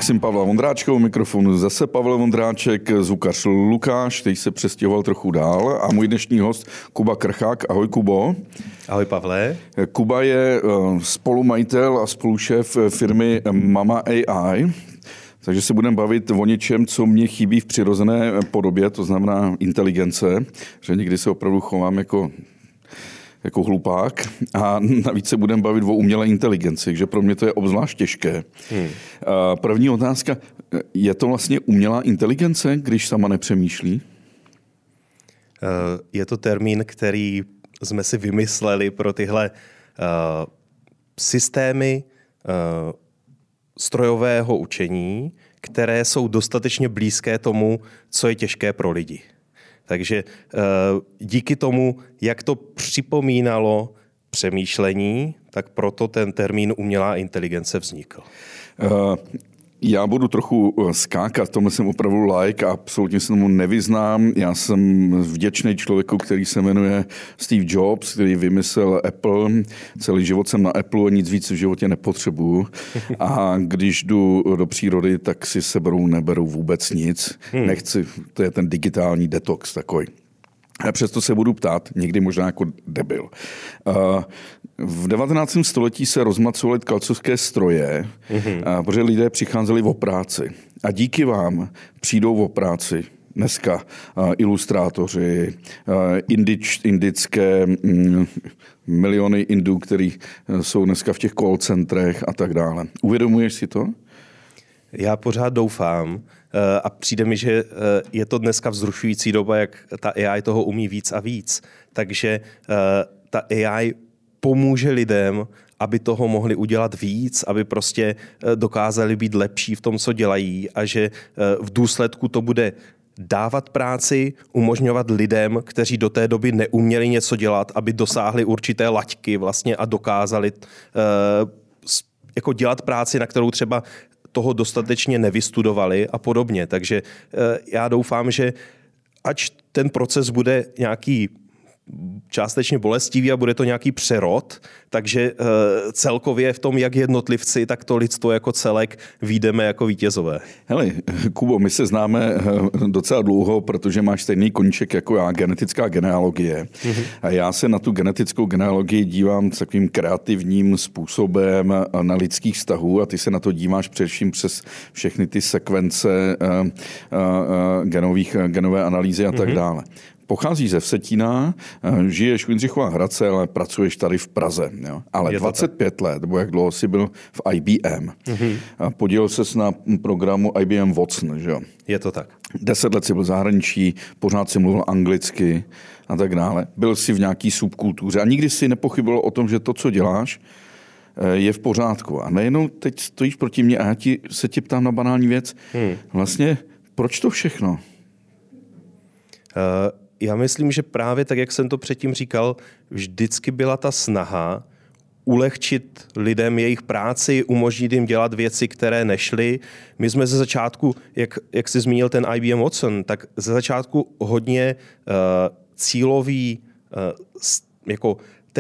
Maxim Pavla Vondráčka, u mikrofonu zase Pavel Vondráček, zvukař Lukáš, který se přestěhoval trochu dál, a můj dnešní host Kuba Krchák. Ahoj, Kubo. Ahoj, Pavle. Kuba je spolumajitel a spolušéf firmy Mama AI, takže se budeme bavit o něčem, co mě chybí v přirozené podobě, to znamená inteligence, že někdy se opravdu chovám jako hlupák, a navíc se budeme bavit o umělé inteligenci, že pro mě to je obzvlášť těžké. První otázka, je to vlastně umělá inteligence, když sama nepřemýšlí? Je to termín, který jsme si vymysleli pro tyhle systémy strojového učení, které jsou dostatečně blízké tomu, co je těžké pro lidi. Takže díky tomu, jak to připomínalo přemýšlení, tak proto ten termín umělá inteligence vznikl. Já budu trochu skákat, tomu jsem opravdu like a absolutně se tomu nevyznám. Já jsem vděčný člověku, který se jmenuje Steve Jobs, který vymyslel Apple. Celý život jsem na Apple a nic víc v životě nepotřebuju. A když jdu do přírody, tak si seberu, neberu vůbec nic. Nechci, to je ten digitální detox takový. A přesto se budu ptát, někdy možná jako debil. V 19. století se rozmacovaly tkalcovské stroje, protože lidé přicházeli o práci. A díky vám přijdou o práci dneska ilustrátoři, indické miliony Indů, který jsou dneska v těch call centrech a tak dále. Uvědomuješ si to? Já pořád doufám a přijde mi, že je to dneska vzrušující doba, jak ta AI toho umí víc a víc. Takže ta AI pomůže lidem, aby toho mohli udělat víc, aby prostě dokázali být lepší v tom, co dělají, a že v důsledku to bude dávat práci, umožňovat lidem, kteří do té doby neuměli něco dělat, aby dosáhli určité laťky vlastně a dokázali jako dělat práci, na kterou třeba toho dostatečně nevystudovali a podobně. Takže já doufám, že ač ten proces bude nějaký částečně bolestivý a bude to nějaký přerod, takže celkově v tom, jak jednotlivci, tak to lidstvo jako celek vyjdeme jako vítězové. Hele, Kubo, my se známe docela dlouho, protože máš stejný koníček jako já, genetická genealogie. A já se na tu genetickou genealogii dívám takovým kreativním způsobem na lidských vztahů, a ty se na to díváš především přes všechny ty sekvence genové analýzy a tak dále. Pocházíš ze Vsetína, žiješ v Jindřichova Hradce, ale pracuješ tady v Praze. Jo? Ale 25 let, nebo jak dlouho jsi byl v IBM. A podílel ses na programu IBM Watson. Že jo? Je to tak. 10 let jsi byl v zahraničí, pořád si mluvil anglicky a tak dále. Byl jsi v nějaký subkultuře a nikdy si nepochyboval o tom, že to, co děláš, je v pořádku. A nejenom teď stojíš proti mně a já se tě ptám na banální věc. Vlastně, proč to všechno? Já myslím, že právě tak, jak jsem to předtím říkal, vždycky byla ta snaha ulehčit lidem jejich práci, umožnit jim dělat věci, které nešly. My jsme ze začátku, jak jsi zmínil ten IBM Watson, tak ze začátku hodně cílový, jako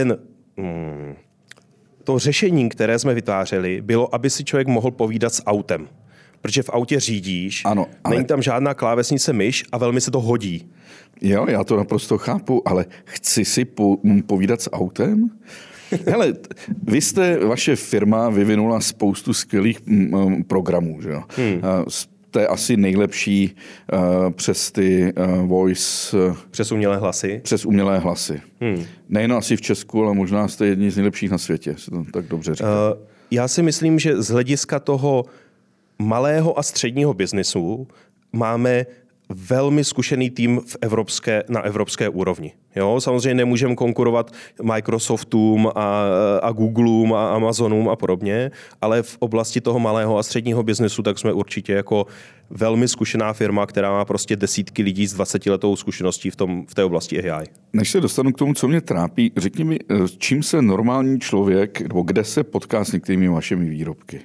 to řešení, které jsme vytvářeli, bylo, aby si člověk mohl povídat s autem. Protože v autě řídíš, ano, ale není tam žádná klávesnice myš a velmi se to hodí. Jo, já to naprosto chápu, ale chci si povídat s autem? Hele, vaše firma vyvinula spoustu skvělých programů, že jo? To je asi nejlepší přes ty voice... Přes umělé hlasy? Přes umělé hlasy. Nejen asi v Česku, ale možná jste jedni z nejlepších na světě, se to tak dobře říká. Já si myslím, že z hlediska toho malého a středního biznesu máme velmi zkušený tým na evropské úrovni. Jo? Samozřejmě nemůžeme konkurovat Microsoftům a Googleům a Amazonům a podobně, ale v oblasti toho malého a středního biznesu tak jsme určitě jako velmi zkušená firma, která má prostě desítky lidí s 20letou zkušeností v té oblasti AI. Než se dostanu k tomu, co mě trápí, řekni mi, čím se normální člověk, nebo kde se potká s některými vašimi výrobky?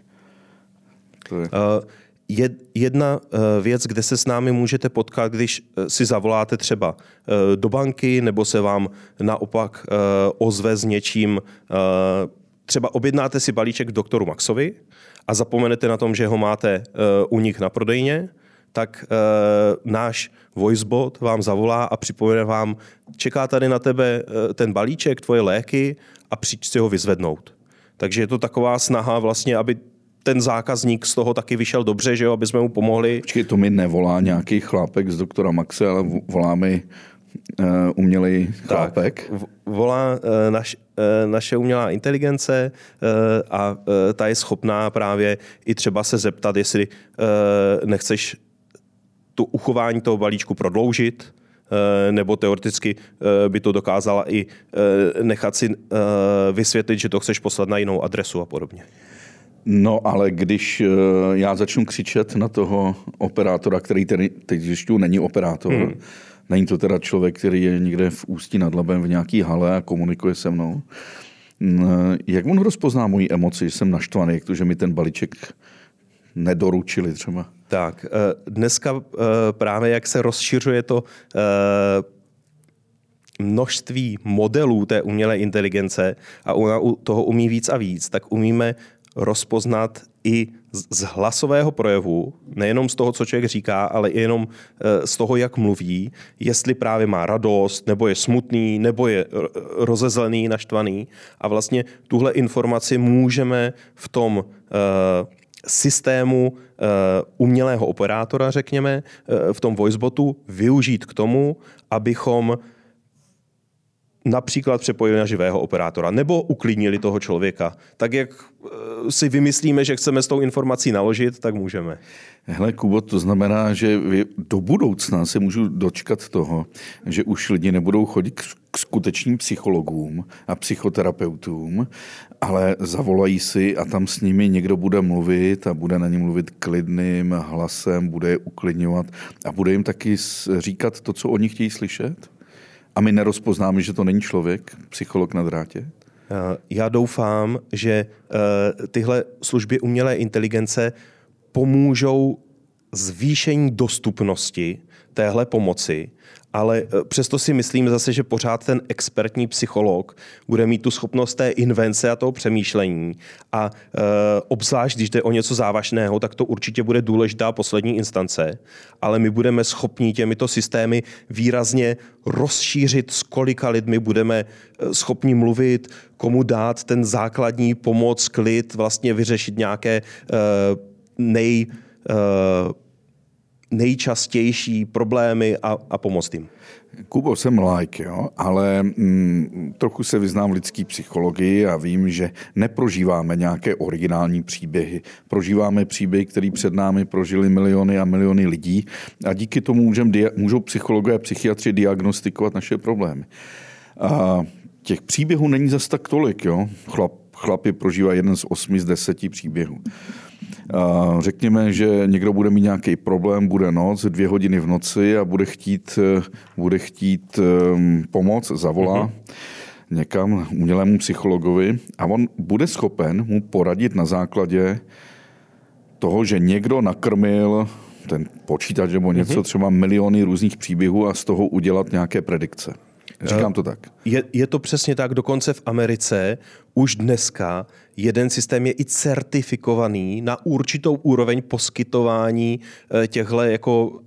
Jedna věc, kde se s námi můžete potkat, když si zavoláte třeba do banky, nebo se vám naopak ozve s něčím třeba objednáte si balíček k doktoru Maxovi a zapomenete na tom, že ho máte u nich na prodejně, tak náš voicebot vám zavolá a připomene vám, čeká tady na tebe ten balíček, tvoje léky a přijď si ho vyzvednout. Takže je to taková snaha vlastně, aby ten zákazník z toho taky vyšel dobře, že jo, aby jsme mu pomohli. Počkej, to mi nevolá nějaký chlápek z doktora Maxe, ale volá mi umělej chlápek. Tak, volá naše umělá inteligence a ta je schopná právě i třeba se zeptat, jestli nechceš tu uchování toho balíčku prodloužit, nebo teoreticky by to dokázala i nechat si vysvětlit, že to chceš poslat na jinou adresu a podobně. No, ale když já začnu křičet na toho operátora, který teď ještě není operátor, není to teda člověk, který je někde v Ústí nad Labem v nějaký hale a komunikuje se mnou, jak on rozpozná moji emoci, že jsem naštvaný, jak to, že mi ten balíček nedoručili třeba? Tak, dneska právě jak se rozšiřuje to množství modelů té umělé inteligence a ona toho umí víc a víc, tak umíme rozpoznat i z hlasového projevu, nejenom z toho, co člověk říká, ale i jenom z toho, jak mluví, jestli právě má radost, nebo je smutný, nebo je rozezlený, naštvaný. A vlastně tuhle informaci můžeme v tom systému umělého operátora, řekněme, v tom voicebotu využít k tomu, abychom například přepojili na živého operátora nebo uklidnili toho člověka. Tak jak si vymyslíme, že chceme s tou informací naložit, tak můžeme. Hele, Kubo, to znamená, že do budoucna se můžu dočkat toho, že už lidi nebudou chodit k skutečným psychologům a psychoterapeutům, ale zavolají si a tam s nimi někdo bude mluvit a bude na ně mluvit klidným hlasem, bude je uklidňovat a bude jim taky říkat to, co oni chtějí slyšet? A my nerozpoznáme, že to není člověk, psycholog na drátě? Já doufám, že tyhle služby umělé inteligence pomůžou zvýšení dostupnosti téhle pomoci, ale přesto si myslím zase, že pořád ten expertní psycholog bude mít tu schopnost té invence a toho přemýšlení a obzvlášť, když jde o něco závažného, tak to určitě bude důležitá poslední instance, ale my budeme schopni těmito systémy výrazně rozšířit, s kolika lidmi budeme schopni mluvit, komu dát ten základní pomoc, klid, vlastně vyřešit nějaké nejčastější problémy a pomoct jim. Kubo, jsem laik, jo, ale trochu se vyznám v lidské psychologii a vím, že neprožíváme nějaké originální příběhy. Prožíváme příběhy, které před námi prožili miliony a miliony lidí a díky tomu můžou psychologové a psychiatři diagnostikovat naše problémy. A těch příběhů není zas tak tolik, jo. Chlapi prožívá 1 z 8 z 10 příběhů. Řekněme, že někdo bude mít nějaký problém, bude noc, 2 hodiny v noci a bude chtít pomoc, zavolá někam umělému psychologovi a on bude schopen mu poradit na základě toho, že někdo nakrmil ten počítač nebo něco, třeba miliony různých příběhů a z toho udělat nějaké predikce. Říkám to tak. Je to přesně tak, dokonce v Americe už dneska jeden systém je i certifikovaný na určitou úroveň poskytování těchto jako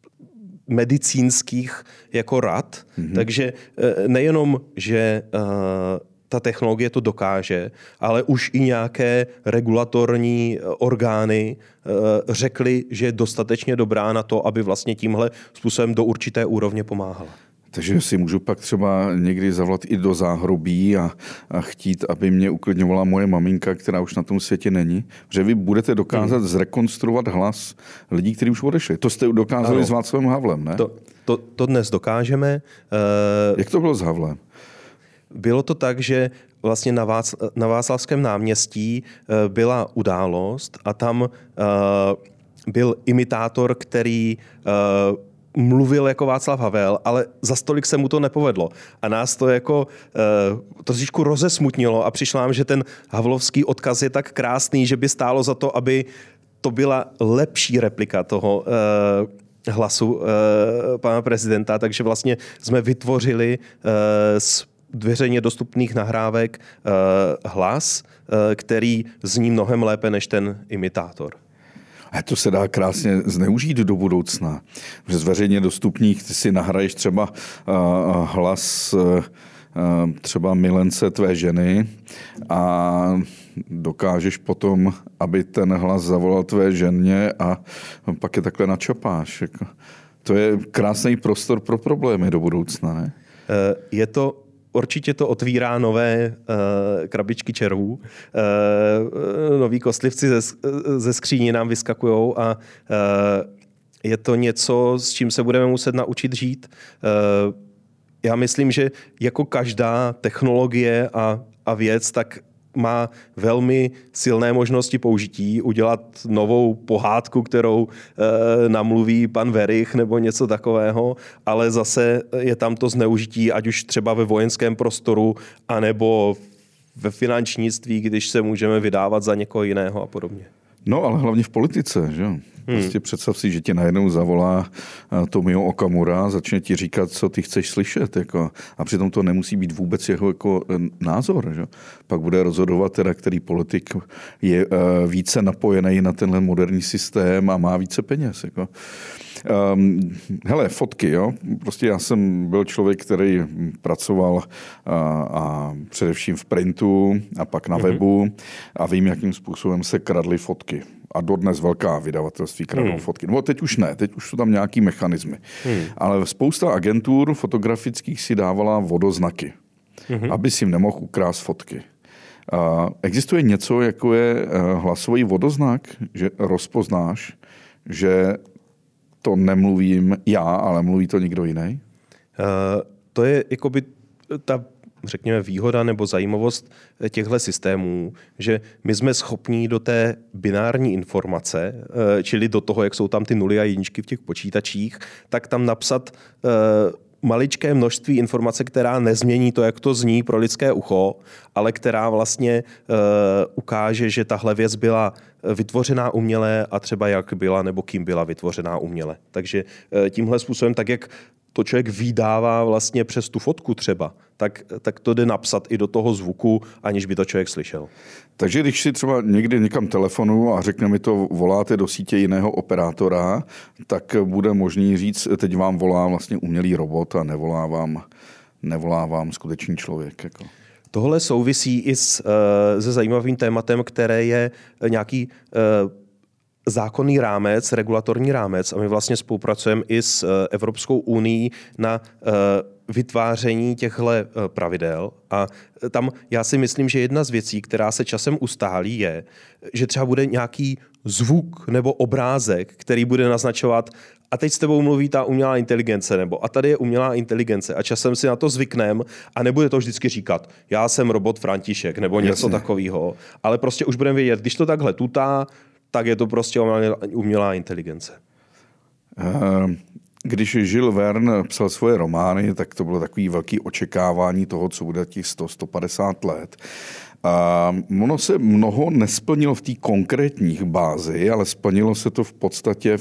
medicínských jako rad. Takže nejenom, že ta technologie to dokáže, ale už i nějaké regulatorní orgány řekly, že je dostatečně dobrá na to, aby vlastně tímhle způsobem do určité úrovně pomáhala. Takže si můžu pak třeba někdy zavolat i do záhrobí a chtít, aby mě uklidňovala moje maminka, která už na tom světě není. Protože vy budete dokázat zrekonstruovat hlas lidí, kteří už odešli. To jste dokázali s Václavem Havlem, ne? To dnes dokážeme. Jak to bylo s Havlem? Bylo to tak, že vlastně na Václavském náměstí byla událost a tam byl imitátor, který mluvil jako Václav Havel, ale za stolik se mu to nepovedlo. A nás to jako trošičku rozesmutnilo a přišlo nám, že ten havlovský odkaz je tak krásný, že by stálo za to, aby to byla lepší replika toho hlasu pana prezidenta. Takže vlastně jsme vytvořili z veřejně dostupných nahrávek hlas, který zní mnohem lépe než ten imitátor. A to se dá krásně zneužít do budoucna. Že z veřejně dostupných ty si nahraješ třeba hlas třeba milence tvé ženy a dokážeš potom, aby ten hlas zavolal tvé ženě a pak je takhle načapáš. Jako. To je krásný prostor pro problémy do budoucna, ne? Určitě to otvírá nové krabičky červů. Noví kostlivci ze skříně nám vyskakujou a je to něco, s čím se budeme muset naučit žít. Já myslím, že jako každá technologie a věc, tak má velmi silné možnosti použití, udělat novou pohádku, kterou namluví pan Verich nebo něco takového, ale zase je tam to zneužití, ať už třeba ve vojenském prostoru, anebo ve finančnictví, když se můžeme vydávat za někoho jiného a podobně. No, ale hlavně v politice, že jo? Prostě představ si, že ti najednou zavolá Tomio Okamura, začne ti říkat, co ty chceš slyšet. Jako, a přitom to nemusí být vůbec jeho jako názor. Že? Pak bude rozhodovat, teda, který politik je více napojený na tenhle moderní systém a má více peněz. Jako. Hele, fotky, jo. Prostě já jsem byl člověk, který pracoval a především v printu a pak na webu a vím, jakým způsobem se kradly fotky. A dodnes velká vydavatelství kradou fotky. No teď už ne, teď už jsou tam nějaký mechanismy. Ale spousta agentur fotografických si dávala vodoznaky, aby si jim nemohl ukrást fotky. Existuje něco, jako je hlasový vodoznak, že rozpoznáš, že to nemluvím já, ale mluví to někdo jiný? To je jakoby ta, řekněme, výhoda nebo zajímavost těchto systémů, že my jsme schopní do té binární informace, čili do toho, jak jsou tam ty nuly a jedničky v těch počítačích, tak tam napsat maličké množství informace, která nezmění to, jak to zní pro lidské ucho, ale která vlastně ukáže, že tahle věc byla vytvořená uměle a třeba jak byla nebo kým byla vytvořená uměle. Takže tímhle způsobem, tak jak to člověk vydává vlastně přes tu fotku třeba, tak to jde napsat i do toho zvuku, aniž by to člověk slyšel. Takže když si třeba někdy někam telefonu a řekne mi to, voláte do sítě jiného operátora, tak bude možný říct, teď vám volá vlastně umělý robot a nevolá vám skutečný člověk. Jako. Tohle souvisí i se zajímavým tématem, které je nějaký zákonný rámec, regulatorní rámec a my vlastně spolupracujeme i s Evropskou unií na vytváření těchto pravidel a tam já si myslím, že jedna z věcí, která se časem ustálí, je, že třeba bude nějaký zvuk nebo obrázek, který bude naznačovat a teď s tebou mluví ta umělá inteligence, nebo a tady je umělá inteligence a časem si na to zvyknem a nebude to vždycky říkat, já jsem robot František nebo něco takového, ale prostě už budeme vědět, když to takhle tutá, tak je to prostě umělá inteligence. Když Jules Verne psal svoje romány, tak to bylo takový velký očekávání toho, co bude těch 100-150 let. Ono se mnoho nesplnilo v té konkrétních bázi, ale splnilo se to v podstatě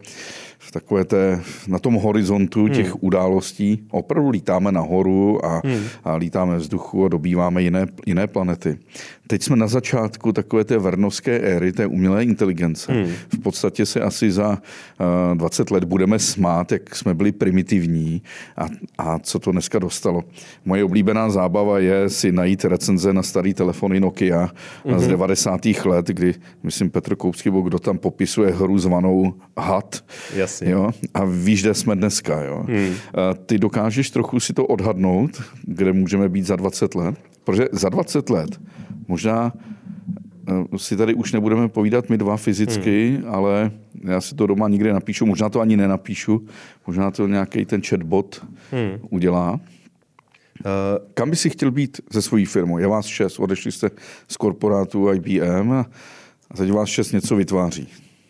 na tom horizontu těch událostí. Opravdu lítáme nahoru a lítáme vzduchu a dobýváme jiné planety. Teď jsme na začátku takové té vernovské éry, té umělé inteligence. V podstatě se asi za 20 let budeme smát, jak jsme byli primitivní a co to dneska dostalo. Moje oblíbená zábava je si najít recenze na starý telefony Nokia z 90. let, kdy, myslím, Petr Koupský, kdo tam popisuje hru zvanou Had. Jo? A víš, kde jsme dneska. Jo? Ty dokážeš trochu si to odhadnout, kde můžeme být za 20 let? Protože za 20 let možná si tady už nebudeme povídat my dva fyzicky, ale já si to doma nikdy napíšu, možná to ani nenapíšu, možná to nějaký ten chatbot udělá. Kam by si chtěl být se svojí firmou? Je vás 6, odešli jste z korporátu IBM a teď vás 6 něco vytváří.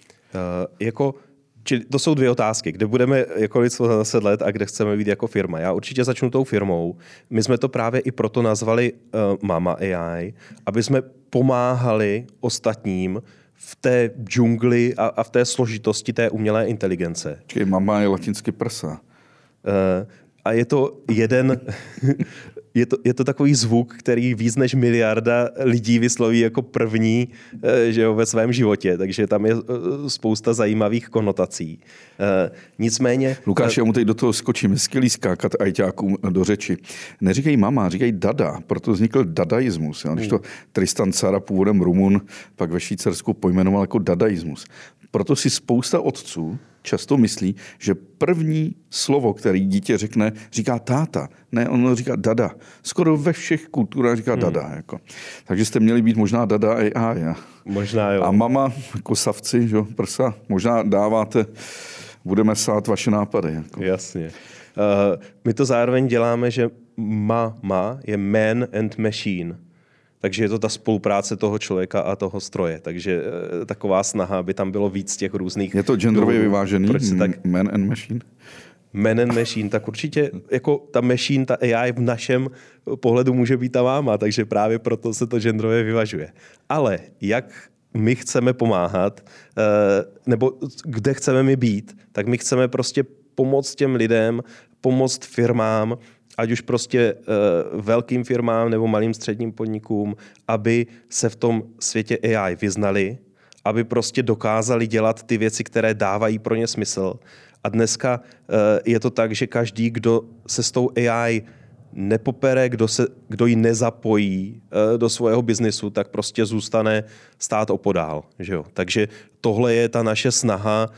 Čili to jsou dvě otázky. Kde budeme jako lidstvo za 10 let a kde chceme být jako firma? Já určitě začnu tou firmou. My jsme to právě i proto nazvali Mama AI, aby jsme pomáhali ostatním v té džungli a v té složitosti té umělé inteligence. Mama je latinsky prsa. A je to jeden je to takový zvuk, který víc než miliarda lidí vysloví jako první, že jo, ve svém životě, takže tam je spousta zajímavých konotací. Nicméně... Lukáš, já mu teď do toho skočím, skvělý skákat ajťákům do řeči. Neříkají mama, říkají dada, proto vznikl dadaismus. Když to Tristan Tzara, původem Rumun, pak ve Švýcarsku pojmenoval jako dadaismus. Proto si spousta otců často myslí, že první slovo, který dítě řekne, říká táta. Ne, ono říká dada. Skoro ve všech kulturách říká dada. Jako. Takže jste měli být možná dada AI. Možná jo. A mama, jako savci, že, prsa, možná dáváte, budeme sát vaše nápady. Jako. Jasně. My to zároveň děláme, že ma je man and machine. Takže je to ta spolupráce toho člověka a toho stroje. Takže taková snaha, aby tam bylo víc těch různých... Je to genderově vyvážený? Man and machine? Man and machine, tak určitě jako ta machine, ta AI v našem pohledu může být ta máma, takže právě proto se to genderově vyvažuje. Ale jak my chceme pomáhat, nebo kde chceme my být, tak my chceme prostě pomoct těm lidem, pomoct firmám, ať už prostě velkým firmám nebo malým středním podnikům, aby se v tom světě AI vyznali, aby prostě dokázali dělat ty věci, které dávají pro ně smysl. A dneska je to tak, že každý, kdo se s tou AI nepopere, kdo ji nezapojí do svého biznisu, tak prostě zůstane stát opodál. Že jo? Takže tohle je ta naše snaha,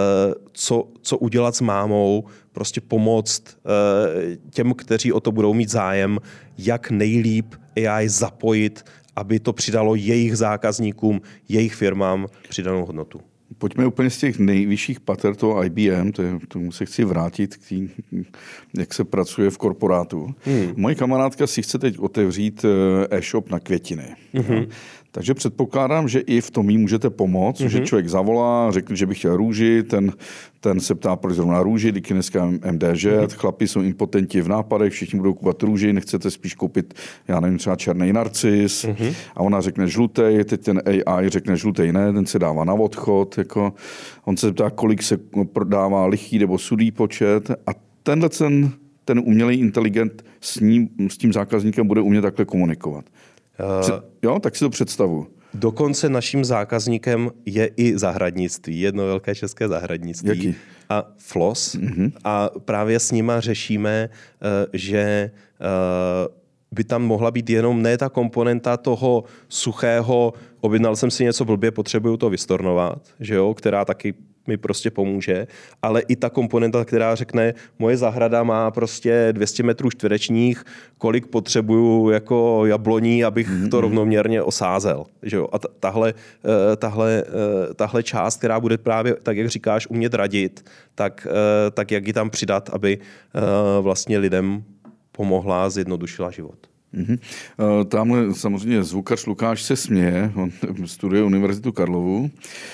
co udělat s mámou, prostě pomoct těm, kteří o to budou mít zájem, jak nejlíp AI zapojit, aby to přidalo jejich zákazníkům, jejich firmám přidanou hodnotu. Pojďme úplně z těch nejvyšších pater toho IBM, tomu se chci vrátit k tým, jak se pracuje v korporátu. Moje kamarádka si chce teď otevřít e-shop na květiny. Takže předpokládám, že i v tom jí můžete pomoct, že člověk zavolá, řekne, že by chtěl růži, ten se ptá, proč zrovna růži, díky dneska MDŽ, chlapi jsou impotenti v nápadech, všichni budou kupovat růži, nechcete spíš koupit, já nevím, třeba černý narcis, a ona řekne žlutej, teď ten AI řekne žlutej ne, ten se dává na odchod, jako, on se ptá, kolik se prodává lichý nebo sudý počet a ten umělý inteligent s tím zákazníkem bude umět takhle komunikovat. Jo, tak si to představu. Dokonce naším zákazníkem je i zahradnictví, jedno velké české zahradnictví. Jaký? A FLOSS. A právě s nima řešíme, že by tam mohla být jenom ne ta komponenta toho suchého, objednal jsem si něco blbě, potřebuju to vystornovat, že jo, která taky mi prostě pomůže, ale i ta komponenta, která řekne, moje zahrada má prostě 200 metrů čtverečních, kolik potřebuju jako jabloní, abych to rovnoměrně osázel. Že jo? A tahle část, která bude právě, tak jak říkáš, umět radit, tak jak ji tam přidat, aby vlastně lidem pomohla, zjednodušila život. Tamhle samozřejmě zvukař Lukáš se směje, on studuje Univerzitu Karlovu.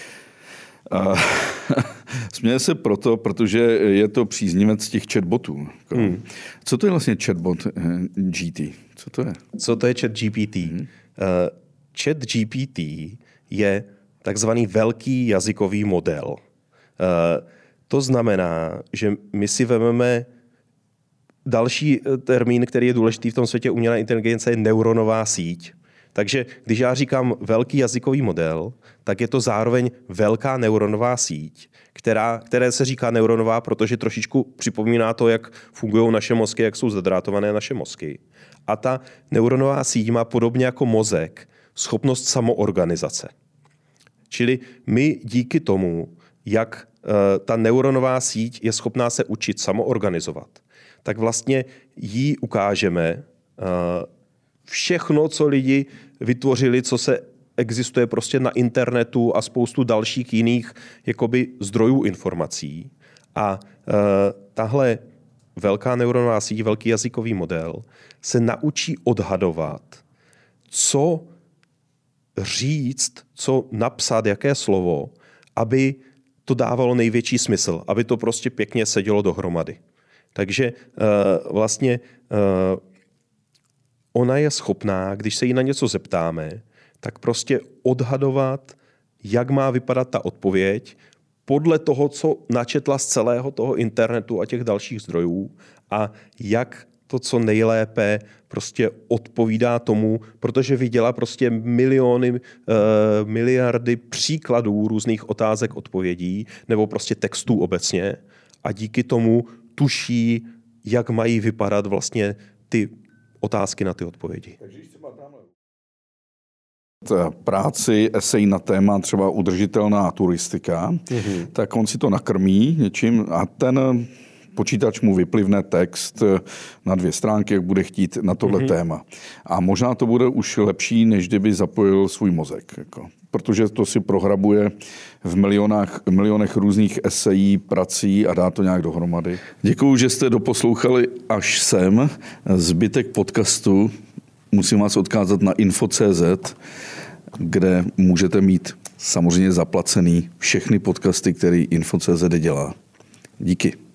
Směje se proto, protože je to příznivec těch chatbotů. Co to je vlastně chatbot GT? Co to je? Co to je ChatGPT? ChatGPT je takzvaný velký jazykový model. To znamená, že my si vezmeme další termín, který je důležitý v tom světě umělé inteligence, je neuronová síť. Takže když já říkám velký jazykový model, tak je to zároveň velká neuronová síť, které se říká neuronová, protože trošičku připomíná to, jak fungují naše mozky, jak jsou zadrátované naše mozky. A ta neuronová síť má podobně jako mozek schopnost samoorganizace. Čili my díky tomu, jak ta neuronová síť je schopná se učit samoorganizovat, tak vlastně jí ukážeme všechno, co lidi vytvořili, co se existuje prostě na internetu a spoustu dalších jiných jakoby zdrojů informací. A tahle velká neuronová síť, velký jazykový model se naučí odhadovat, co říct, co napsat, jaké slovo, aby to dávalo největší smysl, aby to prostě pěkně sedělo dohromady. Takže vlastně ona je schopná, když se jí na něco zeptáme, tak prostě odhadovat, jak má vypadat ta odpověď podle toho, co načetla z celého toho internetu a těch dalších zdrojů a jak to, co nejlépe prostě odpovídá tomu, protože viděla prostě miliardy příkladů různých otázek, odpovědí nebo prostě textů obecně a díky tomu tuší, jak mají vypadat vlastně ty otázky na ty odpovědi. Práci, esej na téma třeba udržitelná turistika, tak on si to nakrmí něčím a ten počítač mu vyplivne text na 2 stránky, jak bude chtít na tohle téma. A možná to bude už lepší, než kdyby zapojil svůj mozek. Jako. Protože to si prohrabuje v milionech různých esejí, prací a dá to nějak dohromady. Děkuju, že jste doposlouchali až sem. Zbytek podcastu musím vás odkázat na info.cz, kde můžete mít samozřejmě zaplacený všechny podcasty, které info.cz dělá. Díky.